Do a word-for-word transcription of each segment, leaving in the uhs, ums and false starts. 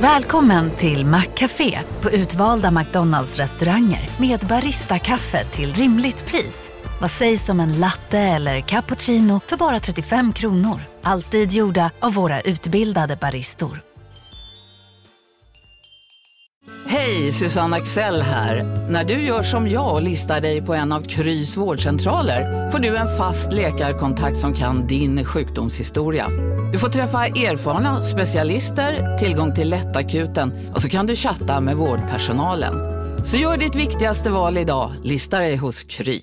Välkommen till Maccafé på utvalda McDonalds-restauranger med barista-kaffe till rimligt pris. Vad sägs om en latte eller cappuccino för bara trettiofem kronor? Alltid gjorda av våra utbildade baristor. Hej, Susanne Axel här. När du gör som jag och listar dig på en av Krys vårdcentraler får du en fast läkarkontakt som kan din sjukdomshistoria. Du får träffa erfarna specialister, tillgång till lättakuten och så kan du chatta med vårdpersonalen. Så gör ditt viktigaste val idag, lista dig hos Kry.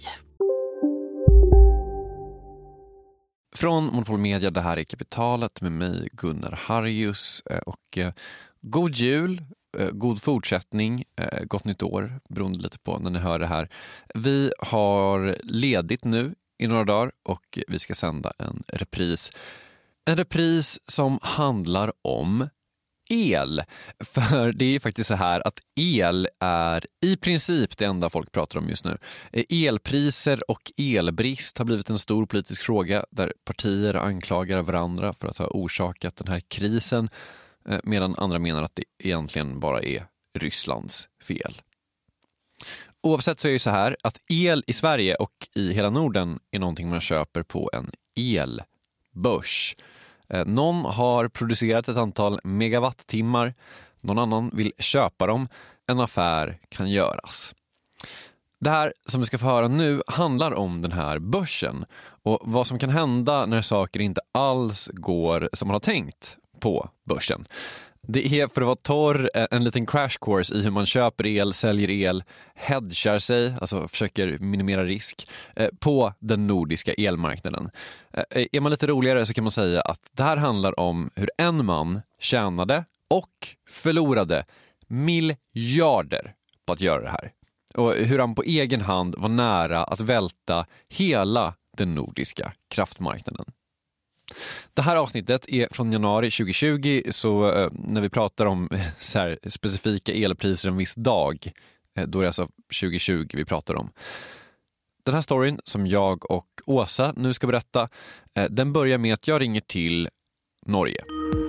Från Monopol Media, det här är Kapitalet med mig, Gunnar Harrius. Och eh, god jul, eh, god fortsättning, eh, gott nytt år, beroende lite på när ni hör det här. Vi har ledigt nu i några dagar och vi ska sända en repris. En repris som handlar om el. För det är faktiskt så här att el är i princip det enda folk pratar om just nu. Elpriser och elbrist har blivit en stor politisk fråga där partier anklagar varandra för att ha orsakat den här krisen, medan andra menar att det egentligen bara är Rysslands fel. Oavsett så är det så här att el i Sverige och i hela Norden är någonting man köper på en elbörs. Någon har producerat ett antal megawattimmar, någon annan vill köpa dem, en affär kan göras. Det här som vi ska få höra nu handlar om den här börsen och vad som kan hända när saker inte alls går som man har tänkt på börsen. Det är, för att vara torr, en liten crash course i hur man köper el, säljer el, hedgar sig, alltså försöker minimera risk, på den nordiska elmarknaden. Är man lite roligare så kan man säga att det här handlar om hur en man tjänade och förlorade miljarder på att göra det här. Och hur han på egen hand var nära att välta hela den nordiska kraftmarknaden. Det här avsnittet är från januari tjugohundratjugo, så eh, när vi pratar om så här, specifika elpriser en viss dag, eh, då är det alltså tjugohundratjugo vi pratar om. Den här storyn som jag och Åsa nu ska berätta, eh, den börjar med att jag ringer till Norge.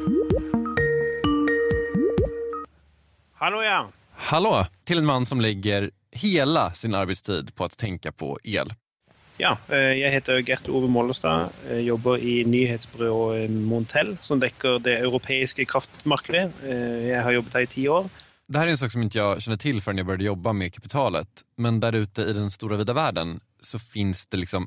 Hallå ja! Hallå, till en man som lägger hela sin arbetstid på att tänka på el. Ja, jeg heter Gert Ove Mollestad, jeg jobber i nyhetsbyrået Montel, som dekker det europeiska kraftmarknaden. Jag har jobbat här i tio år. Det här är en sak som inte jag känner till förrän jag började jobba med Kapitalet. Men där ute i den stora vida världen så finns det liksom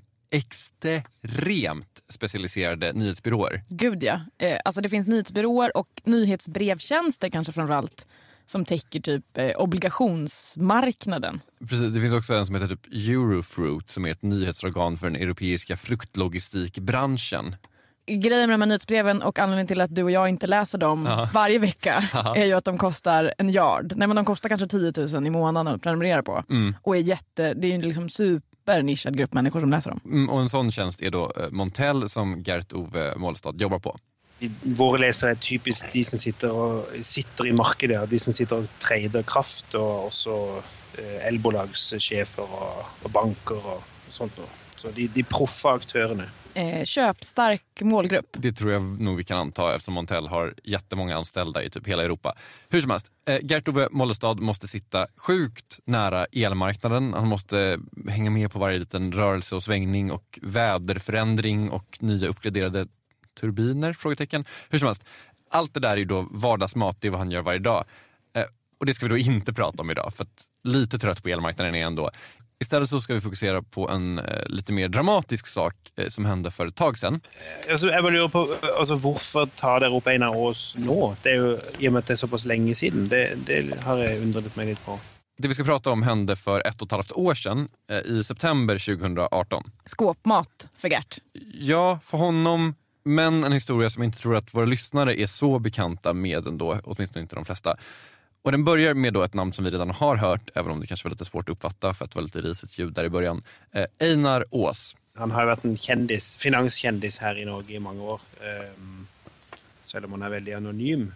extremt specialiserade nyhetsbyråer. Gud ja, eh, alltså det finns nyhetsbyråer och nyhetsbrevtjänster kanske framförallt, som täcker typ eh, obligationsmarknaden. Precis, det finns också en som heter typ Eurofruit som är ett nyhetsorgan för den europeiska fruktlogistikbranschen. Grejen med de här nyhetsbreven och anledningen till att du och jag inte läser dem Aha. varje vecka Aha. är ju att de kostar en yard. Nej, men de kostar kanske tio tusen i månaden att prenumerera på. Mm. Och är jätte, det är ju liksom supernischad grupp människor som läser dem. Mm, och en sån tjänst är då Montel som Gert Ove Mollestad jobbar på. Våra läsare är typiskt de som sitter, och, sitter i markedet, de som sitter och trader kraft och också eh, elbolagschefer och, och banker och, och sånt. Då. Så de, de proffa aktörerna. Eh, köpstark målgrupp. Det tror jag nog vi kan anta eftersom Montel har jättemånga anställda i typ hela Europa. Hur som helst, eh, Gert Ove Mollestad måste sitta sjukt nära elmarknaden. Han måste hänga med på varje liten rörelse och svängning och väderförändring och nya uppgraderade turbiner, frågetecken. Hur som helst, allt det där är ju då vardagsmat, det är vad han gör varje dag. Eh, och det ska vi då inte prata om idag, för att lite trött på elmarknaden är ändå. Istället så ska vi fokusera på en eh, lite mer dramatisk sak eh, som hände för ett tag sedan. Alltså, jag lurer på, alltså, varför tar det upp en av oss nu? Det är ju, i och med att det är så pass länge sedan. Det, det har jag undrat mig lite på. Det vi ska prata om hände för ett och ett halvt år sedan, eh, i september tjugohundraarton. Skåpmat för Gert. Ja, för honom. Men en historia som jag inte tror att våra lyssnare är så bekanta med ändå, åtminstone inte de flesta. Och den börjar med då ett namn som vi redan har hört, även om det kanske var lite svårt att uppfatta för att det var lite risigt ljud där i början. Eh, Einar Aas. Han har varit en kändis, finanskändis här i Norge i många år. Um, så är man är väldigt anonym.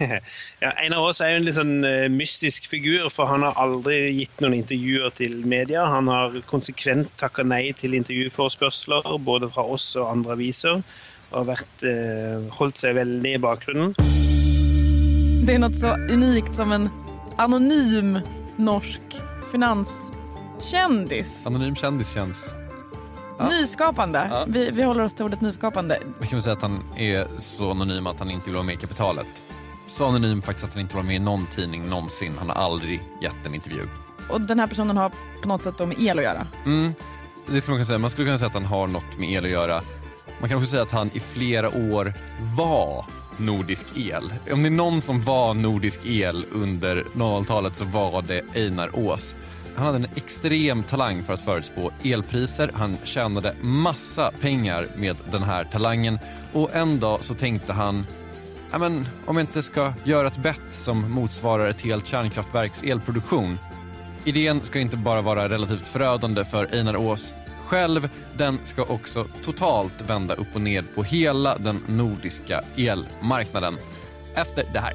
Ja, Einar Aas är ju en liten uh, mystisk figur, för han har aldrig gett någon intervjuer till media. Han har konsekvent tackat nej till intervjuförespörslar, både från oss och andra visor. Och har varit, uh, hållit sig väldigt i bakgrunden. Det är något så unikt som en anonym norsk finanskändis. Anonym kändis känns... Ja. Nyskapande. Ja. Vi, vi håller oss till ordet nyskapande. Vi kan väl säga att han är så anonym att han inte vill vara med i Kapitalet. Så anonym faktiskt att han inte var med i någon tidning någonsin. Han har aldrig gett en intervju. Och den här personen har på något sätt med el att göra. Mm. Det skulle man kunna säga. Man skulle kunna säga att han har något med el att göra. Man kan också säga att han i flera år var Nordisk El. Om det är någon som var Nordisk El under noll noll-talet så var det Einar Ós. Han hade en extrem talang för att förutspå elpriser. Han tjänade massa pengar med den här talangen. Och en dag så tänkte han, ja, men om jag inte ska göra ett bett som motsvarar ett helt kärnkraftverks elproduktion. Idén ska inte bara vara relativt förödande för Einar Ós själv. Den ska också totalt vända upp och ned på hela den nordiska elmarknaden. Efter det här.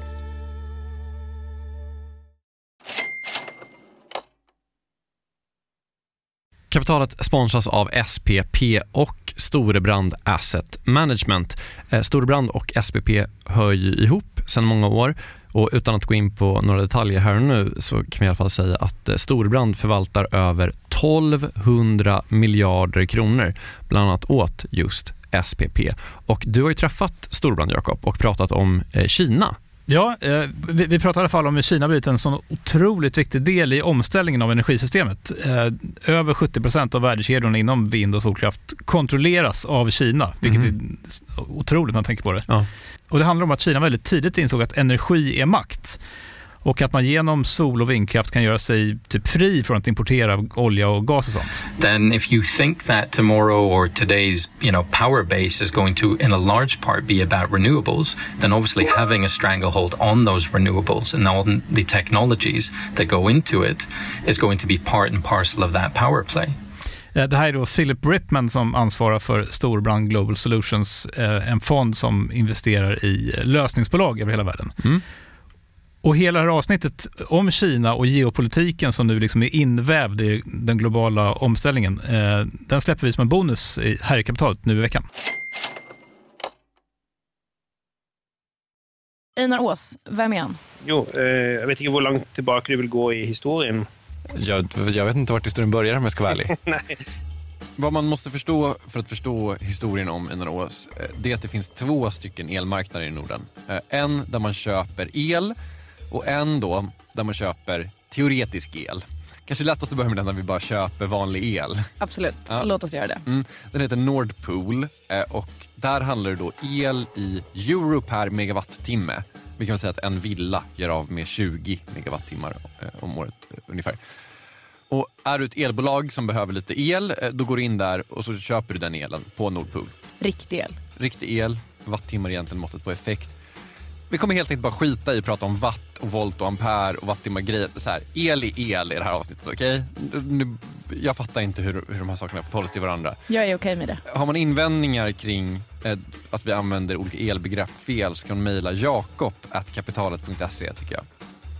Kapitalet sponsras av S P P och Storebrand Asset Management. Storebrand och S P P hör ju ihop sedan många år, och utan att gå in på några detaljer här och nu så kan vi i alla fall säga att Storebrand förvaltar över tolvhundra miljarder kronor bland annat åt just S P P. Och du har ju träffat Storebrand, Jakob, och pratat om Kina. Ja, eh, vi, vi pratar i alla fall om hur Kina blivit en sån otroligt viktig del i omställningen av energisystemet. Eh, över sjuttio procent av värdekedjorna inom vind- och solkraft kontrolleras av Kina, vilket mm. är otroligt när man tänker på det. Ja. Och det handlar om att Kina väldigt tidigt insåg att energi är makt. Och att man genom sol- och vindkraft kan göra sig typ fri från att importera olja och gas och sånt. Then if you think that tomorrow or today's, you know, power base is going to in a large part be about renewables, then obviously having a stranglehold on those renewables and all the technologies that go into it is going to be part and parcel of that power play. Det här är då Philip Ripman som ansvarar för Storebrand Global Solutions, en fond som investerar i lösningsbolag över hela världen. Mm. Och hela det här avsnittet om Kina och geopolitiken som nu liksom är invävd i den globala omställningen, eh, den släpper vi som en bonus här i Kapitalet nu i veckan. Einar Ós, vem är han? Jo, eh, jag vet inte hur långt tillbaka du vill gå i historien. Jag, jag vet inte vart historien börjar om jag ska vara ärlig. Nej. Vad man måste förstå för att förstå historien om Einar Ós, det är att det finns två stycken elmarknader i Norden. En där man köper el och en då där man köper teoretisk el. Kanske lättast att börja med den när vi bara köper vanlig el. Absolut, ja. Låt oss göra det. Mm. Den heter Nord Pool och där handlar det då el i euro per megawattimme. Vi kan väl säga att en villa gör av med tjugo megawattimmar om året ungefär. Och är du ett elbolag som behöver lite el, då går du in där och så köper du den elen på Nord Pool. Riktig el. Riktig el, wattimmar är egentligen måttet på effekt. Vi kommer helt enkelt bara skita i prata om watt och volt och ampere och wattimmar grejer. Så här, el är el i det här avsnittet, okej? Okay? Jag fattar inte hur, hur de här sakerna förhåller sig till varandra. Jag är okej med det. Har man invändningar kring eh, att vi använder olika elbegrepp fel så kan man mejla jakob at kapitalet punkt se tycker jag.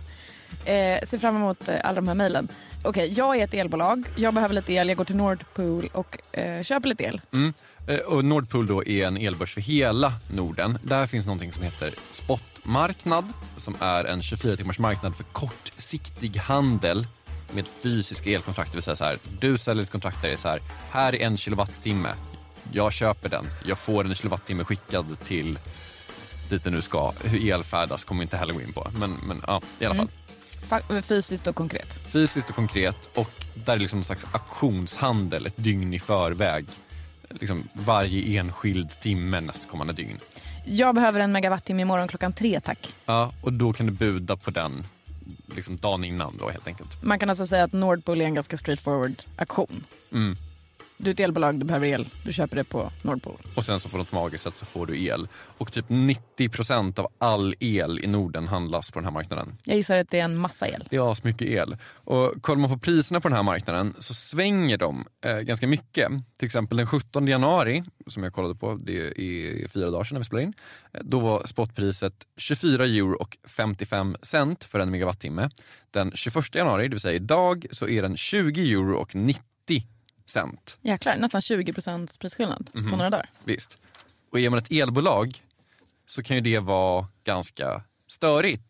Eh, ser fram emot eh, alla de här mejlen. Okej, okay, jag är ett elbolag. Jag behöver lite el. Jag går till Nord Pool och eh, köper lite el. Mm. Eh, och Nord Pool då är en elbörs för hela Norden. Där finns någonting som heter spotmarknad som är en tjugofyra timmars marknad för kortsiktig handel med fysiska elkontrakt. Det vill säga så här, du säljer ett kontrakt där det är så här, här är en kilowattimme. Jag köper den. Jag får en kilowattimme skickad till dit den nu ska. Hur elfärdas kommer inte heller gå in på. Men, men ja, i alla fall. Mm. Fysiskt och konkret. Fysiskt och konkret, och där är liksom en slags auktionshandel ett dygn i förväg. Liksom varje enskild timme nästkommande dygn. Jag behöver en megawattimme imorgon klockan tre, tack. Ja, och då kan du buda på den liksom dagen innan då helt enkelt. Man kan alltså säga att Nord Pool är en ganska straightforward aktion. Mm. Du är ett elbolag, du behöver el. Du köper det på Nord Pool. Och sen så på något magiskt sätt så får du el. Och typ nittio procent av all el i Norden handlas på den här marknaden. Jag gissar att det är en massa el. Ja, så mycket el. Och kollar man på priserna på den här marknaden så svänger de eh, ganska mycket. Till exempel den sjuttonde januari, som jag kollade på, det är fyra dagar sedan när vi spelade in. Då var spotpriset tjugofyra euro och femtiofem cent för en megawattimme. Den tjugoförsta januari, det vill säga idag, så är den tjugo euro och nittio cent. Jäklar, nästan tjugo procent prisskillnad mm-hmm. på några dagar. Visst. Och är man ett elbolag så kan ju det vara ganska störigt.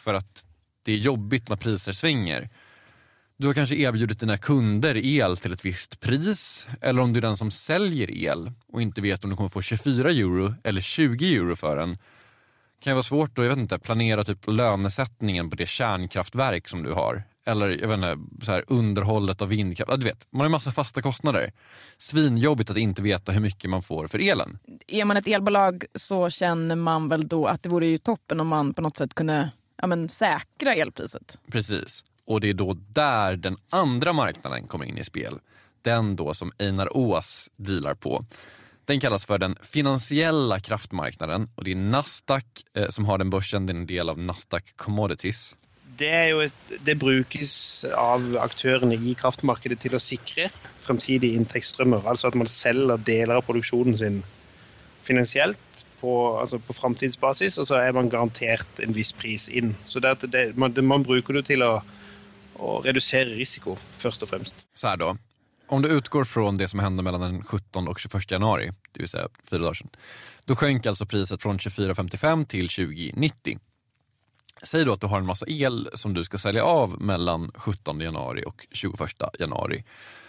för att det är jobbigt när priser svänger. Du har kanske erbjudit dina kunder el till ett visst pris, eller om du är den som säljer el och inte vet om du kommer få tjugofyra euro eller tjugo euro för den. Kan det vara svårt att, jag vet inte, planera typ lönesättningen på det kärnkraftverk som du har. Eller jag vet inte, så här, underhållet av vindkraft. Ja, du vet, man har en massa fasta kostnader. Svinjobbigt att inte veta hur mycket man får för elen. Är man ett elbolag så känner man väl då att det vore ju toppen om man på något sätt kunde ja, men, säkra elpriset. Precis. Och det är då där den andra marknaden kommer in i spel. Den då som Einar Ås dealar på. Den kallas för den finansiella kraftmarknaden. Och det är Nasdaq eh, som har den börsen. Det är en del av Nasdaq Commodities. Det, er jo et, det brukes av aktørene i kraftmarkedet til å sikre fremtidige inntektsstrømmer. Altså at man selger deler av produksjonen sin finansielt på, altså på fremtidsbasis, og så er man garantert en viss pris inn. Så det, det, man, det, man bruker det til å, å redusere risiko, først og fremst. Så här då. Om du utgår från det som hände mellan den sjuttonde och tjugoförsta januari, det vill säga fyra dagar sedan, då sjönk alltså priset från tjugofyra femtiofem till tjugo nittio. Säg då att du har en massa el som du ska sälja av mellan sjuttonde januari och tjugoförsta januari.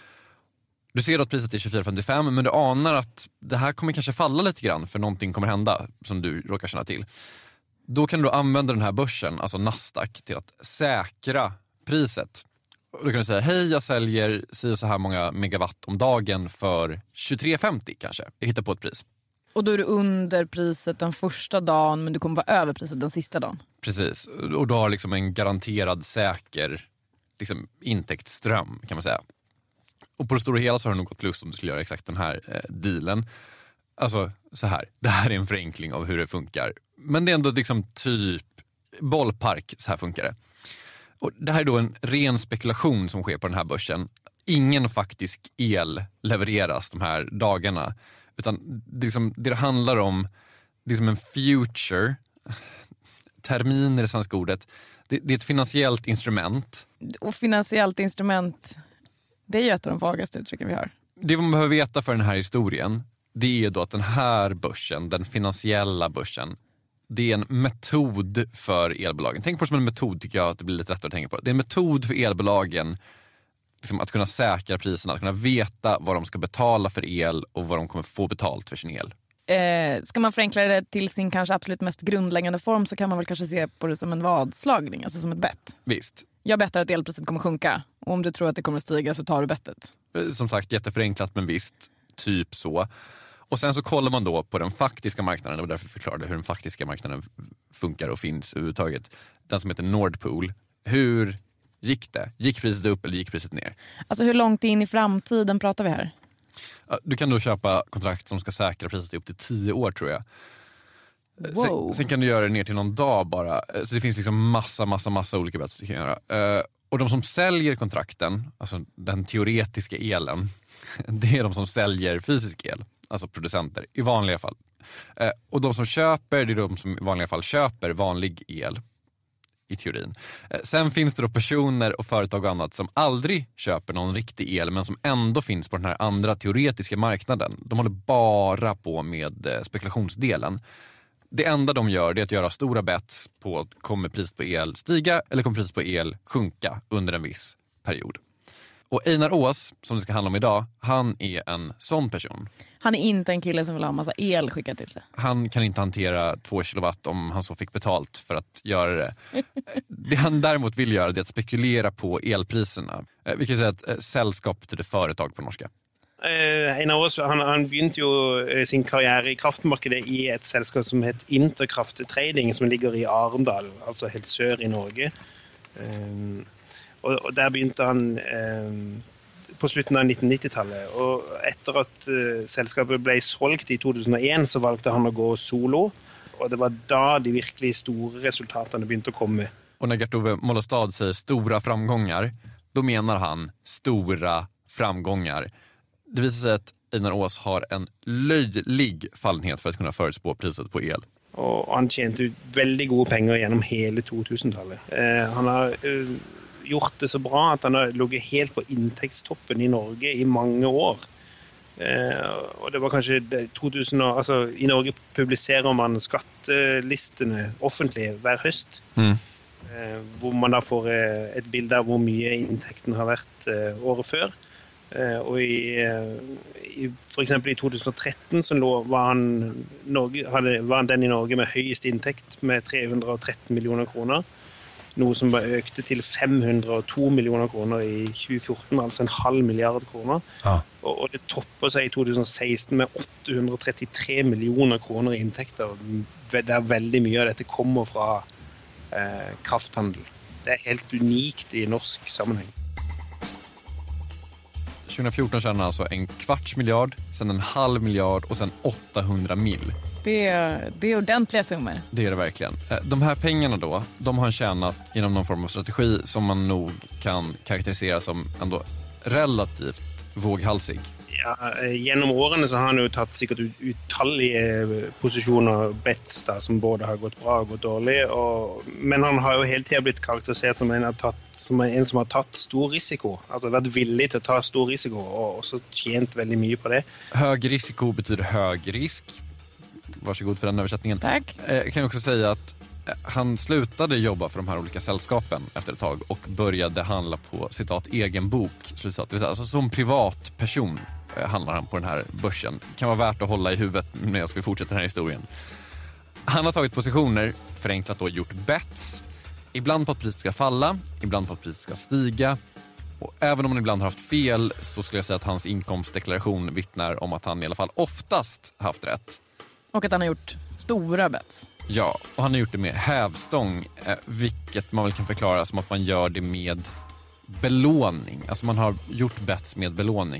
Du ser att priset är tjugofyra femtiofem, men du anar att det här kommer kanske falla lite grann för någonting kommer hända som du råkar känna till. Då kan du använda den här börsen, alltså Nasdaq, till att säkra priset. Då kan du säga, hej, jag säljer si så här många megawatt om dagen för tjugotre femtio kanske. Jag hittar på ett pris. Och då är du under priset den första dagen, men du kommer vara över priset den sista dagen. Precis, och du har liksom en garanterad säker liksom, intäktsström kan man säga. Och på det stora hela så har det nog gått plus om du skulle göra exakt den här eh, dealen. Alltså så här, det här är en förenkling av hur det funkar. Men det är ändå liksom typ bollpark, så här funkar det. Och det här är då en ren spekulation som sker på den här börsen. Ingen faktisk el levereras de här dagarna. Utan det, liksom, det handlar om det är som en future, termin är det svenska ordet. Det, det är ett finansiellt instrument. Och finansiellt instrument, det är ju ett av de vagaste uttrycken vi har. Det man behöver veta för den här historien, det är då att den här börsen, den finansiella börsen, det är en metod för elbolagen. Tänk på det som en metod, tycker jag att det blir lite lättare att tänka på. Det är en metod för elbolagen liksom att kunna säkra priserna, att kunna veta vad de ska betala för el och vad de kommer få betalt för sin el. Eh, ska man förenkla det till sin kanske absolut mest grundläggande form så kan man väl kanske se på det som en vadslagning, alltså som ett bett. Visst. Jag bettar att elpriset kommer sjunka, och om du tror att det kommer stiga så tar du bettet. Som sagt, jätteförenklat, men visst, typ så. Och sen så kollar man då på den faktiska marknaden, och därför förklarade hur den faktiska marknaden funkar och finns överhuvudtaget. Den som heter Nord Pool. Hur gick det? Gick priset upp eller gick priset ner? Alltså hur långt in i framtiden pratar vi här? Du kan då köpa kontrakt som ska säkra priset upp till tio år, tror jag. Wow. Sen, sen kan du göra det ner till någon dag bara. Så det finns liksom massa, massa, massa olika bets du kan göra. Och de som säljer kontrakten, alltså den teoretiska elen, det är de som säljer fysisk el. Alltså producenter, i vanliga fall. Och de som köper, det är de som i vanliga fall köper vanlig el. I teorin. Sen finns det då personer och företag och annat som aldrig köper någon riktig el, men som ändå finns på den här andra teoretiska marknaden. De håller bara på med spekulationsdelen. Det enda de gör, det är att göra stora bets på kommer priset på el stiga eller kommer priset på el sjunka under en viss period. Och Einar Ås, som det ska handla om idag, han är en sån person. Han är inte en kille som vill ha en massa el skickat till sig. Han kan inte hantera två kilowatt om han så fick betalt för att göra det. Det han däremot vill göra är att spekulera på elpriserna. Vi kan säga att sällskap betyder företag på norska. Uh, Einar Ås, han, han begynte jo uh, sin karriere i kraftmarkedet i et selskap som het Interkraft Trading, som ligger i Arendal, altså helt sør i Norge. Um, og, og der begynte han um, på slutten av nitten nitti-tallet, og etter at uh, selskapet ble solgt i to tusen og en, så valgte han å gå solo, og det var da de virkelig store resultatene begynte å komme. Och när Gert-Ove Mollestad säger stora framgångar, då menar han stora framgångar. Det visar sig att Einar Ås har en löjlig fallenhet för att kunna förutspå priset på el. Og han tjente ut veldig gode penger gjennom hele to-tusen-tallet. Eh, han har eh, gjort det så bra at han har ligget helt på inntektstoppen i Norge i mange år. Eh, og det var kanskje to tusen år, altså i Norge publiserer man skattelistene offentlig hver høst. Mm. eh, hvor man da får eh, et bilde av hvor mye inntekten har vært eh, året før. Eh, og i, eh, i, for eksempel i to tusen og tretten så lå, var, han Norge, hadde, var han den i Norge med høyest inntekt med tre hundre og tretten millioner kroner. Noe som økte til fem hundre og to millioner kroner i tjue fjorten, altså en halv milliard kroner. Ja. Og, og det topper seg i to tusen og seksten med åtte hundre og trettitre millioner kroner i inntekter. Der veldig mye av dette kommer fra eh, krafthandel. Det er helt unikt i norsk sammenheng. tjugo fjorton tjänar han alltså en kvarts miljard, sen en halv miljard och sen åttahundra mil. Det är, det är ordentliga summor. Det är det verkligen. De här pengarna då, de har han tjänat genom någon form av strategi som man nog kan karaktärisera som ändå relativt våghalsig. Ja, genom årene så har han jo tatt sikkert utallige posisjoner, bets da, som både har gått bra og gått dårlig, og, men han har jo hele tiden blitt karakterisert som en, har tatt, som en som har tatt stor risiko, altså vært villig til å ta stor risiko, og også tjent veldig mye på det. Hög risiko betyder hög risk. Varsågod för den översättningen. Tack. Jag kan också säga att han slutade jobba för de här olika sällskapen efter ett tag och började handla på citat egen bok. Citat. Alltså som privatperson handlar han på den här börsen. Kan vara värt att hålla i huvudet när jag ska fortsätta den här historien. Han har tagit positioner, förenklat då gjort bets. Ibland på att priset ska falla, ibland på att priset ska stiga. Och även om han ibland har haft fel så skulle jag säga att hans inkomstdeklaration vittnar om att han i alla fall oftast haft rätt. Och att han har gjort stora bets. Ja, och han har gjort det med hävstång, eh, vilket man väl kan förklara som att man gör det med belåning. Alltså man har gjort bets med belåning.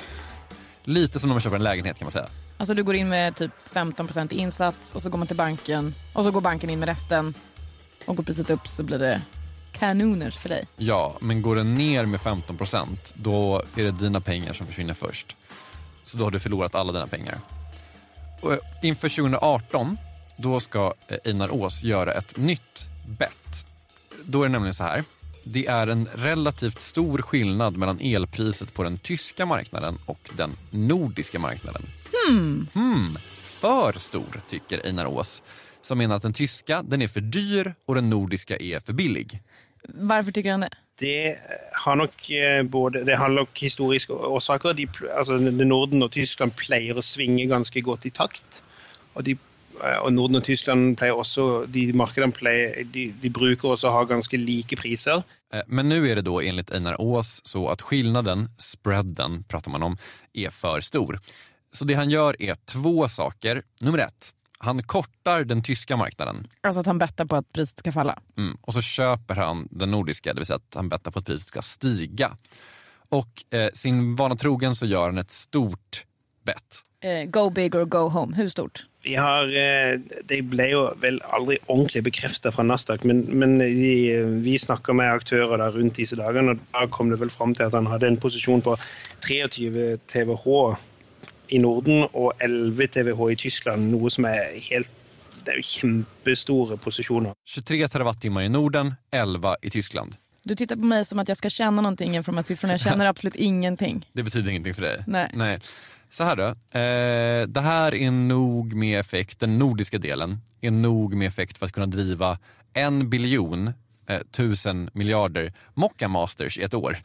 Lite som när man köper en lägenhet kan man säga. Alltså du går in med typ femton procent insats och så går man till banken och så går banken in med resten. Och går priset upp så blir det kanoner för dig. Ja, men går den ner med femton procent då är det dina pengar som försvinner först. Så då har du förlorat alla dina pengar. Och inför tjugo arton då ska Einar Ås göra ett nytt bet. Då är det nämligen så här. Det är en relativt stor skillnad mellan elpriset på den tyska marknaden och den nordiska marknaden. Hmm. Hmm. För stor, tycker Einar Ås. Som menar att den tyska den är för dyr och den nordiska är för billig. Varför tycker han det? Det har nok både, det har nok historiske årsaker. De, altså, Norden og Tyskland pleier å svinge ganske godt i takt. Og, de, og Norden og Tyskland pleier også, de markedene pleier, de, de bruker også å ha ganske like priser. Men nu är det då enligt Einar Ås så att skillnaden, spreaden pratar man om, är för stor. Så det han gör är två saker. Nummer ett. Han kortar den tyska marknaden. Alltså att han bettar på att priset ska falla. Mm. Och så köper han den nordiska, det vill säga att han bettar på att priset ska stiga. Och eh, sin vana trogen så gör han ett stort bett. Eh, go big or go home. Hur stort? Vi har, eh, det blev jo vel aldri ordentlig bekreftet fra Nasdaq, men, men vi, vi snakker med aktører der rundt disse dagene, og da kom det vel frem til at han hadde en posisjon på treogtyve terawattimmar i Norden og elleve terawattimmar i Tyskland, noe som er helt, det er jo kjempestore posisjoner. tjugotre terawattimmar i Norden, elva i Tyskland. Du tittar på mig som att jag ska känna någonting från de här siffrorna. Jag känner absolut ingenting. Det betyder ingenting för dig? Nej. Nej. Så här då. Eh, det här är nog med effekt, den nordiska delen är nog med effekt för att kunna driva en biljon, eh, tusen miljarder Mocca Masters i ett år.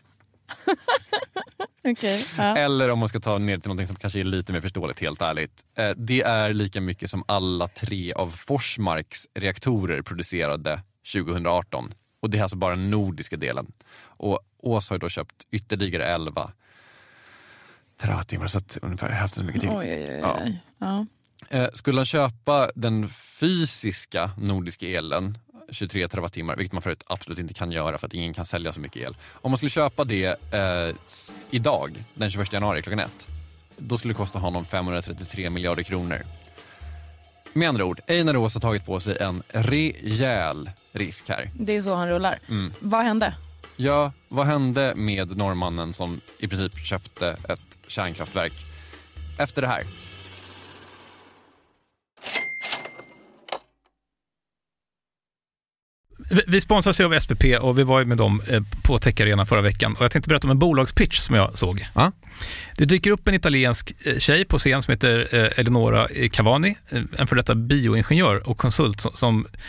Okay, ja. Eller om man ska ta ner till något som kanske är lite mer förståeligt, helt ärligt. Eh, det är lika mycket som alla tre av Forsmarks reaktorer producerade tjugo arton. Och det är alltså bara den nordiska delen. Och Ås har ju då köpt ytterligare elva terawattimmar, så att ungefär hälften så mycket till. Oj, oj, oj. Ja. Ja. Eh, skulle han köpa den fysiska nordiska elen, tjugotre terawattimmar, vilket man förut absolut inte kan göra för att ingen kan sälja så mycket el. Om man skulle köpa det eh, idag, den tjugoförsta januari klockan ett, då skulle det kosta honom femhundratrettiotre miljarder kronor. Med andra ord, Einar Ås har tagit på sig en rejäl risk här. Det är så han rullar. Mm. Vad hände? Ja, vad hände med norrmannen som i princip köpte ett kärnkraftverk efter det här? Vi sponsras av S P P och vi var ju med dem på Tech Arena förra veckan. Och jag tänkte berätta om en bolagspitch som jag såg. Ja. Det dyker upp en italiensk tjej på scen som heter Eleonora Cavani, en för detta bioingenjör och konsult som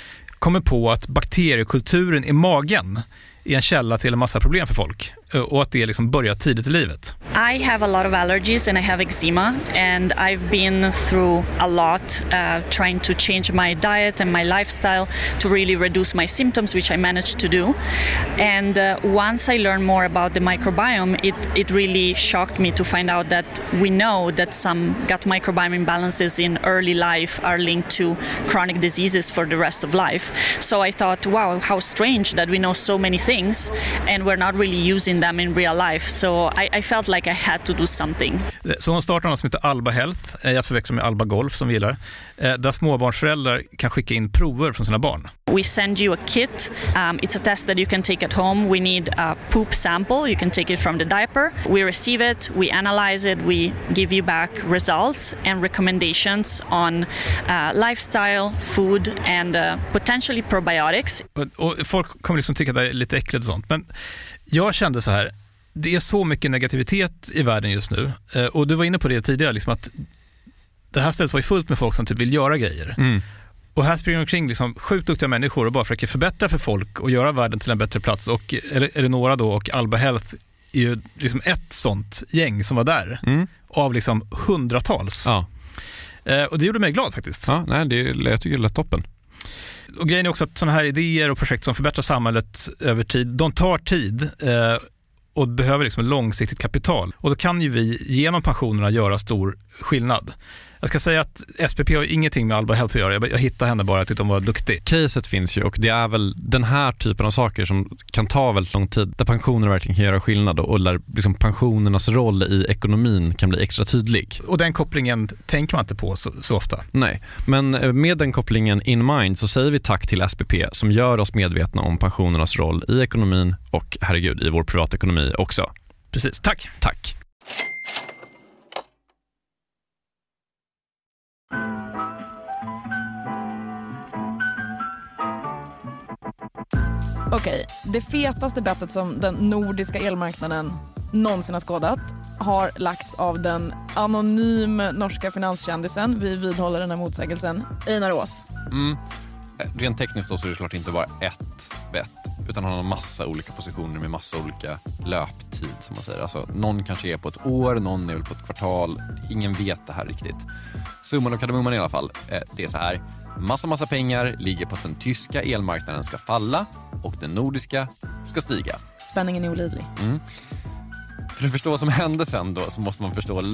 kommer på att bakteriekulturen i magen är en källa till en massa problem för folk och att det liksom börjar tidigt i livet. I have a lot of allergies and I have eczema and I've been through a lot uh, trying to change my diet and my lifestyle to really reduce my symptoms, which I managed to do. And uh, once I learned more about the microbiome, it, it really shocked me to find out that we know that some gut microbiome imbalances in early life are linked to chronic diseases for the rest of life. So I thought, wow, how strange that we know so many things and we're not really using them in real life. So I, I felt like I had to do something. Så hon startar något som heter Alba Health, jag förväxlar med Alba Golf som vi gillar, där småbarnsföräldrar kan skicka in prover från sina barn. We send you a kit. Um, it's a test that you can take at home. We need a poop sample. You can take it from the diaper. We receive it, we analyze it, we give you back results and recommendations on uh, lifestyle, food and uh, potentially probiotics. Och, och folk kommer liksom tycka att det är lite äckligt och sånt, men jag kände så här, det är så mycket negativitet i världen just nu. Eh, och du var inne på det tidigare, liksom att det här stället var ju fullt med folk som typ vill göra grejer. Mm. Och här springer omkring liksom sjukt duktiga människor och bara försöker förbättra för folk och göra världen till en bättre plats. Och är det några då, och Alba Health är ju liksom ett sånt gäng som var där. Mm. Av liksom hundratals. Ja. Eh, och det gjorde mig glad faktiskt. Ja, nej, det, jag tycker det är toppen. Och grejen är också att sådana här idéer och projekt som förbättrar samhället över tid, de tar tid eh, och behöver liksom långsiktigt kapital. Och då kan ju vi genom pensionerna göra stor skillnad. Jag ska säga att S P P har ingenting med Alba Health att göra. Jag, jag hittade henne bara, jag tyckte hon var duktig. Caset finns ju och det är väl den här typen av saker som kan ta väldigt lång tid. Där pensioner verkligen kan göra skillnad och där liksom pensionernas roll i ekonomin kan bli extra tydlig. Och den kopplingen tänker man inte på så, så ofta. Nej, men med den kopplingen in mind så säger vi tack till S P P som gör oss medvetna om pensionernas roll i ekonomin och herregud i vår privatekonomi också. Precis, tack. Tack. Okej, det fetaste bettet som den nordiska elmarknaden någonsin har skådat har lagts av den anonym norska finanskändisen, vi vidhåller den här motsägelsen, Einar Ås. Mm. Rent tekniskt då så är det klart inte bara ett bett utan han har en massa olika positioner med massa olika löptid som man säger. Alltså någon kanske är på ett år, någon är väl på ett kvartal. Ingen vet det här riktigt. Summan och kardemumman i alla fall, det är så här. Massa massa pengar ligger på att den tyska elmarknaden ska falla och den nordiska ska stiga. Spänningen är olidlig. Mm. För att förstå vad som hände sen då så måste man förstå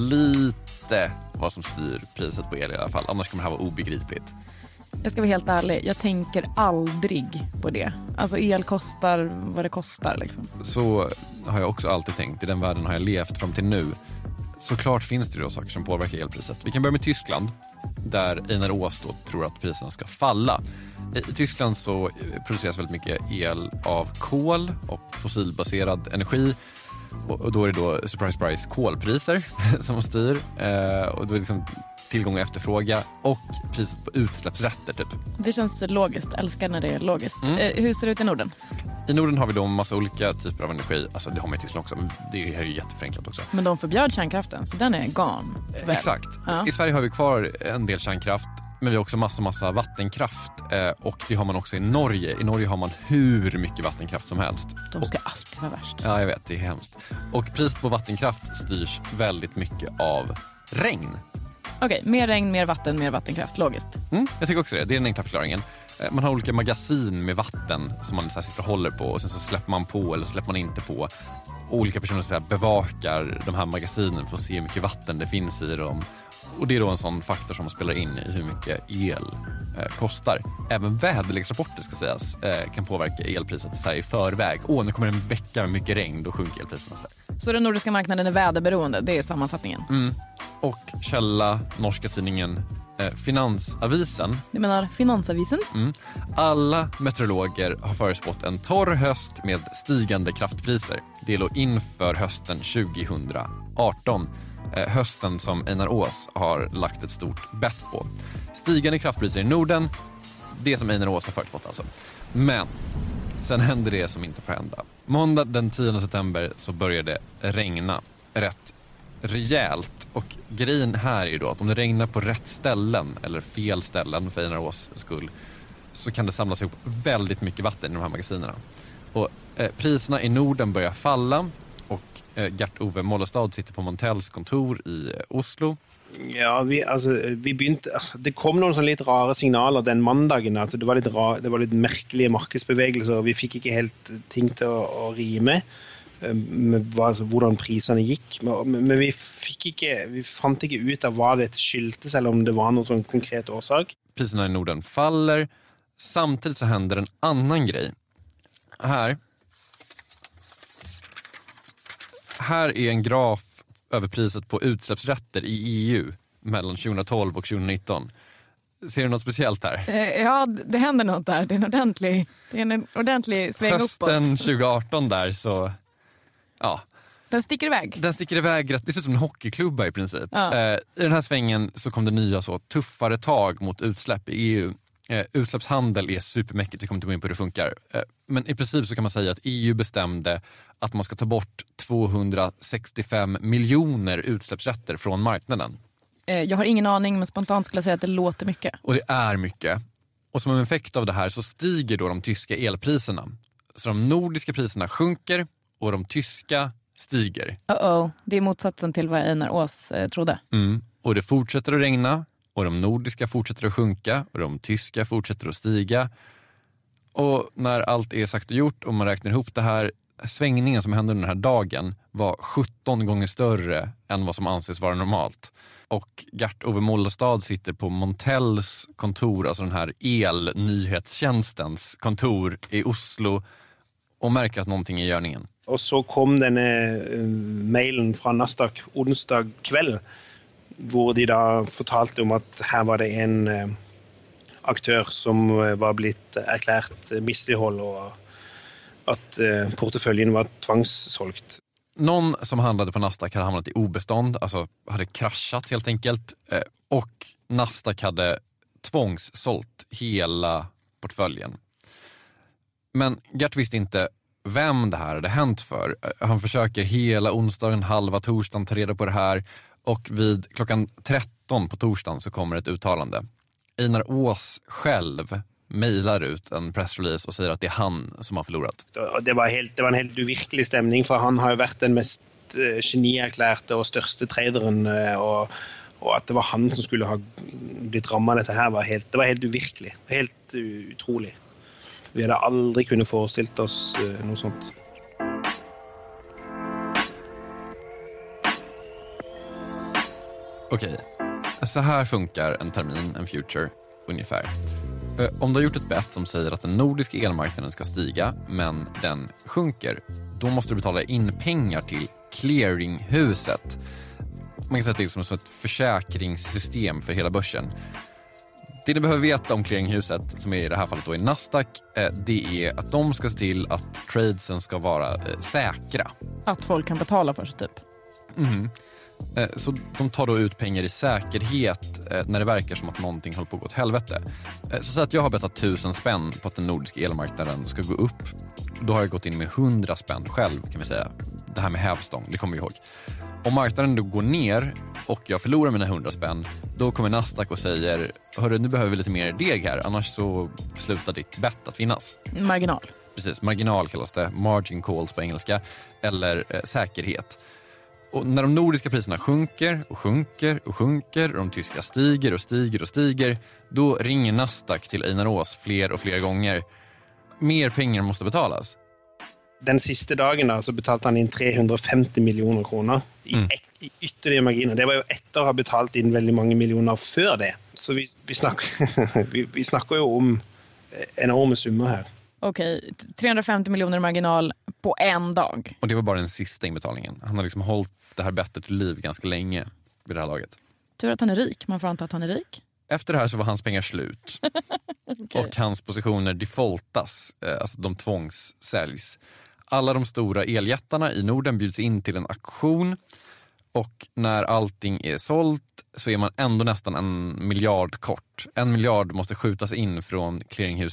lite vad som styr priset på el i alla fall. Annars kommer det här vara obegripligt. Jag ska vara helt ärlig, jag tänker aldrig på det. Alltså el kostar vad det kostar liksom. Så har jag också alltid tänkt, i den världen har jag levt fram till nu. Såklart finns det då saker som påverkar elpriset. Vi kan börja med Tyskland, där Einar Ås då tror att priserna ska falla. I Tyskland så produceras väldigt mycket el av kol och fossilbaserad energi. Och då är det då, surprise surprise, kolpriser som styr. Och då är det liksom tillgång och efterfråga och priset på utsläppsrätter typ. Det känns logiskt, älskar när det är logiskt. Mm. Eh, hur ser det ut i Norden? I Norden har vi då en massa olika typer av energi. Alltså det har man i Tyskland också, men det är ju jätteförenklat också. Men de förbjöd kärnkraften, så den är gone. Eh, exakt. Ja. I Sverige har vi kvar en del kärnkraft, men vi har också massa, massa vattenkraft. Eh, och det har man också i Norge. I Norge har man hur mycket vattenkraft som helst. De ska och, alltid vara värst. Ja, jag vet, det är hemskt. Och priset på vattenkraft styrs väldigt mycket av regn. Okej, mer regn, mer vatten, mer vattenkraft. Logiskt. Mm, jag tycker också det. Det är den enkla förklaringen. Man har olika magasin med vatten som man så här sitter och håller på och sen så släpper man på eller släpper man inte på. Och olika personer så här bevakar de här magasinen för att se hur mycket vatten det finns i dem. Och det är då en sån faktor som spelar in i hur mycket el eh, kostar. Även väderleksrapporter ska sägas eh, kan påverka elpriset så här i förväg. Åh, nu kommer en vecka med mycket regn, då sjunker elpriserna. Så, här. Så den nordiska marknaden är väderberoende, det är sammanfattningen? Mm. Och källa, norska tidningen eh, Finansavisen. Du menar Finansavisen? Mm. Alla meteorologer har förutspått en torr höst med stigande kraftpriser. Det är då inför hösten tjugo arton. Eh, hösten som Einar Ås har lagt ett stort bett på. Stigande kraftpriser i Norden, det som Einar Ås har förutspått alltså. Men sen händer det som inte får hända. Måndag den tionde september så började det regna rätt rejält. Och grejen här är ju då att om det regnar på rätt ställen eller fel ställen för Einar Ås skull, så kan det samlas ihop väldigt mycket vatten i de här magasinerna. Och eh, priserna i Norden börjar falla och eh, Gert-Ove Mollestad sitter på Montells kontor i eh, Oslo. Ja, vi, altså, vi begynte, det kom noen sånn litt rare signaler den mandagen. Altså, det, var litt rar, det var litt merkelige markedsbevegelser, og vi fikk ikke helt ting til å, å rime med hva, altså, hvordan prisene gikk. Men, men vi, fikk ikke, vi fant ikke ut av hva dette skyldtes, eller om det var noen sånn konkret årsak. Priserna i Norden faller. Samtidigt så händer en annan grej. Här. Här är en graf över priset på utsläppsrätter i E U mellan tjugohundratolv och tjugonitton. Ser du något speciellt här? Ja, det händer något där. Det är en ordentlig, det är en ordentlig sväng uppåt. Hösten tjugoarton där så... Ja. Den sticker iväg. Den sticker iväg rätt. Det ser ut som en hockeyklubba i princip. Ja. Eh, I den här svängen så kom det nya så tuffare tag mot utsläpp i E U. Eh, utsläppshandel är supermäckigt, vi kommer inte gå in på hur det funkar. Eh, men i princip så kan man säga att E U bestämde att man ska ta bort tvåhundrasextiofem miljoner utsläppsrätter från marknaden. Eh, jag har ingen aning, men spontant skulle jag säga att det låter mycket. Och det är mycket. Och som en effekt av det här så stiger då de tyska elpriserna. Så de nordiska priserna sjunker och de tyska stiger. Uh-oh, det är motsatsen till vad Einar Ås eh, trodde. Mm. Och det fortsätter att regna. Och de nordiska fortsätter att sjunka och de tyska fortsätter att stiga. Och när allt är sagt och gjort och man räknar ihop det här, svängningen som hände den här dagen var sjutton gånger större än vad som anses vara normalt. Och Gert-Ove Mollestad sitter på Montells kontor, alltså den här elnyhetstjänstens kontor i Oslo och märker att någonting är i görningen. Och så kom den uh, mailen från Nasdaq onsdag kväll, hvor de da fortalte om at her var det en uh, aktør som uh, var blitt erklært uh, mislighold og at uh, porteføljen var tvangssolgt. Någon som handlade på Nasdaq hade hamnat i obestånd, alltså hade kraschat helt enkelt. Uh, och Nasdaq hade tvångssålt hela portföljen. Men Gert visste inte vem det här hade hänt för. Uh, han försöker hela onsdagen, halva torsdagen ta reda på det här. Och vid klockan tretton på torsdagen så kommer ett uttalande. Einar Ås själv mejlar ut en pressrelease och säger att det är han som har förlorat. Det var, helt, det var en helt uvirkelig stämning, för han har ju varit den mest genierklärte och största traderen, och, och att det var han som skulle ha blivit rammad detta här var helt, det var helt uvirkelig, helt utroligt. Vi hade aldrig kunnat föreställt oss något sånt. Okej, så här funkar en termin, en future, ungefär. Om du har gjort ett bett som säger att den nordiska elmarknaden ska stiga, men den sjunker, då måste du betala in pengar till clearinghuset. Man kan säga att det är som ett försäkringssystem för hela börsen. Det ni behöver veta om clearinghuset, som är i det här fallet då i Nasdaq, det är att de ska se till att tradesen ska vara säkra. Att folk kan betala för sig typ. Mm. Så de tar då ut pengar i säkerhet när det verkar som att någonting håller på att gå åt helvete. Så säg att jag har bettat tusen spänn på att den nordiska elmarknaden ska gå upp. Då har jag gått in med hundra spänn själv, kan vi säga. Det här med hävstång, det kommer vi ihåg. Om marknaden då går ner och jag förlorar mina hundra spänn, då kommer Nasdaq och säger: hörru, nu behöver vi lite mer deg här, annars så slutar ditt bett att finnas. Marginal. Precis, marginal kallas det, margin calls på engelska, eller eh, säkerhet. Och när de nordiska priserna sjunker och sjunker och sjunker och de tyska stiger och stiger och stiger, då ringer Nasdaq till Einar Ås fler och fler gånger. Mer pengar måste betalas. Den sista dagen då, så betalade han in trehundrafemtio miljoner kronor i, mm. i ytterligare marginer. Det var ju efter att ha betalt in väldigt många miljoner för det. Så vi, vi, snackar, vi, vi snackar ju om enorma summor här. Okej, trehundrafemtio miljoner marginal på en dag. Och det var bara den sista inbetalningen. Han har liksom hållit det här bettet i liv ganska länge vid det här laget. Tur att han är rik, man får anta att han är rik. Efter det här så var hans pengar slut. Okay. Och hans positioner defaultas, alltså de tvångssäljs. Alla de stora eljättarna i Norden bjuds in till en auktion. Och när allting är sålt så är man ändå nästan en miljard kort. En miljard måste skjutas in från clearinghusets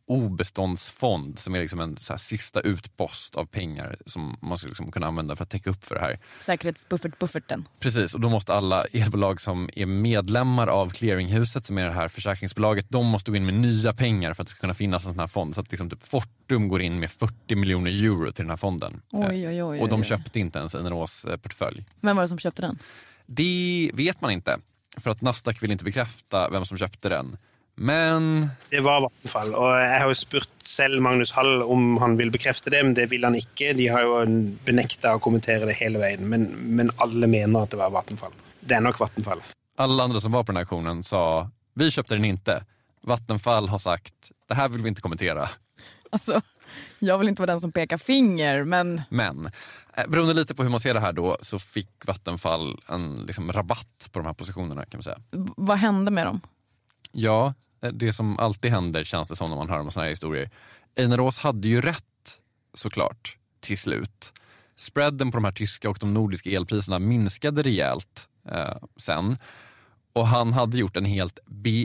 obeståndsfond som är liksom en så här sista utpost av pengar som man skulle liksom kunna använda för att täcka upp för det här. Säkerhetsbuffert-bufferten. Precis, och då måste alla elbolag som är medlemmar av clearinghuset, som är det här försäkringsbolaget, de måste gå in med nya pengar för att det ska kunna finnas en sån här fond. Så att liksom typ Fortum går in med fyrtio miljoner euro till den här fonden. Oj, oj, oj, oj. Och de köpte inte ens Eneros portfölj. Vem var det som köpte den? Det vet man inte, för att Nasdaq vill inte bekräfta vem som köpte den. Men... Det var Vattenfall, och jag har ju spurt selv Magnus Hall om han vill bekräfta det, men det vill han inte. De har ju benektat att kommentera det hela vägen, men, men alla menar att det var Vattenfall. Det är nog Vattenfall. Alla andra som var på den här auktionen sa, vi köpte den inte. Vattenfall har sagt, det här vill vi inte kommentera. Alltså, jag vill inte vara den som pekar finger, men... Men, beroende lite på hur man ser det här då, så fick Vattenfall en liksom rabatt på de här positionerna, kan man säga. V- vad hände med dem? Ja, det som alltid händer, känns det som när man hör om såna här historier. Eneros hade ju rätt, såklart, till slut. Spreaden på de här tyska och de nordiska elpriserna minskade rejält eh, sen. Och han hade gjort en helt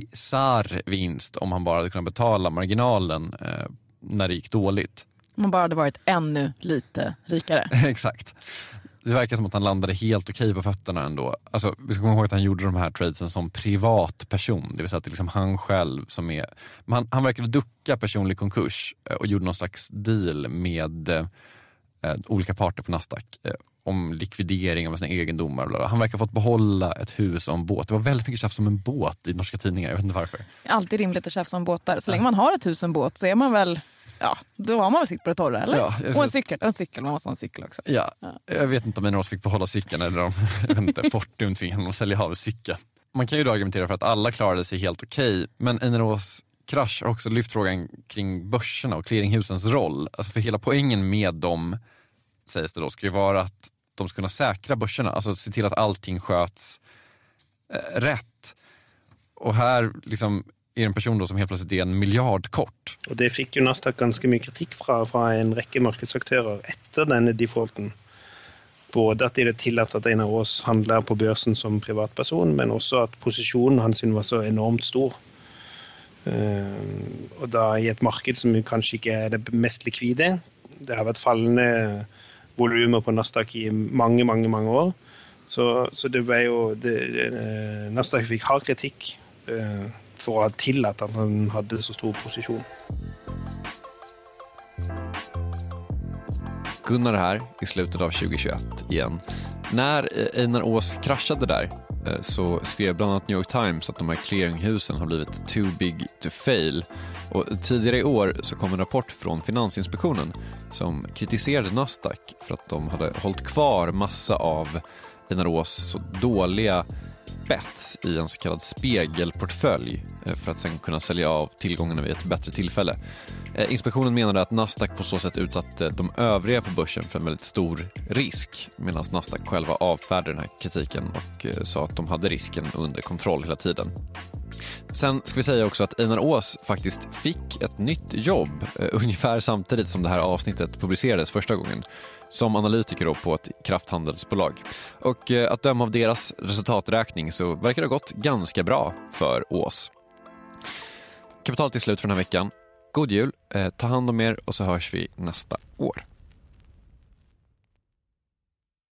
bizarr vinst om han bara hade kunnat betala marginalen eh, när det gick dåligt. Man bara hade varit ännu lite rikare. Exakt. Det verkar som att han landade helt okej på fötterna ändå. Alltså, vi ska komma ihåg att han gjorde de här tradesen som privatperson. Det vill säga att det är liksom han själv som är... Han, han verkade ducka personlig konkurs och gjorde någon slags deal med eh, olika parter på Nasdaq eh, om likvidering av sina egendomar. Bla bla. Han verkar ha fått behålla ett hus och en båt. Det var väldigt mycket tjafs om en båt i norska tidningar. Jag vet inte varför. Det är alltid rimligt att tjafsa om båtar. Så länge man har ett hus och en båt så är man väl... Ja, då har man väl sitt på det torra, eller? Ja, och en cykel, en cykel, man måste ha en cykel också. Ja, ja. Jag vet inte om Eneros fick behålla cykeln eller om jag vet inte, Fortum tvingade att sälja av cykeln. Man kan ju då argumentera för att alla klarade sig helt okej, men Eneros krasch har också lyft frågan kring börserna och clearinghusens roll. Alltså för hela poängen med dem, sägs det då, ska ju vara att de ska kunna säkra börserna, alltså se till att allting sköts eh, rätt. Och här liksom är en person då som helt plötsligt är en miljard kort. Och det fick ju Nasdaq ganska mycket kritik från, från en räcka marknadsaktörer efter den defaulten. Både att det är tillåtet att Eneros handlar på börsen som privatperson, men också att positionen hans var så enormt stor. Uh, och då i ett marknad som kanske inte är det mest likvida. Det har varit fallande volymer på Nasdaq i många, många, många år. Så, så det var ju... Det, uh, Nasdaq fick ha kritik uh, för att tillåta att han hade så stor position. Gunnar här i slutet av tjugohundratjugoett igen. När Einar Ås kraschade där så skrev bland annat New York Times att de här clearinghusen har blivit too big to fail. Och tidigare i år så kom en rapport från Finansinspektionen som kritiserade Nasdaq för att de hade hållit kvar massa av Einar Ås så dåliga bets i en så kallad spegelportfölj för att sen kunna sälja av tillgångarna vid ett bättre tillfälle. Inspektionen menade att Nasdaq på så sätt utsatte de övriga på börsen för en väldigt stor risk, medan Nasdaq själva avfärdade den här kritiken och sa att de hade risken under kontroll hela tiden. Sen ska vi säga också att Einar Ås faktiskt fick ett nytt jobb eh, ungefär samtidigt som det här avsnittet publicerades första gången som analytiker då på ett krafthandelsbolag. Och eh, att döma av deras resultaträkning så verkar det ha gått ganska bra för Ås. Kapitalet är slut för den här veckan. God jul, eh, ta hand om er och så hörs vi nästa år.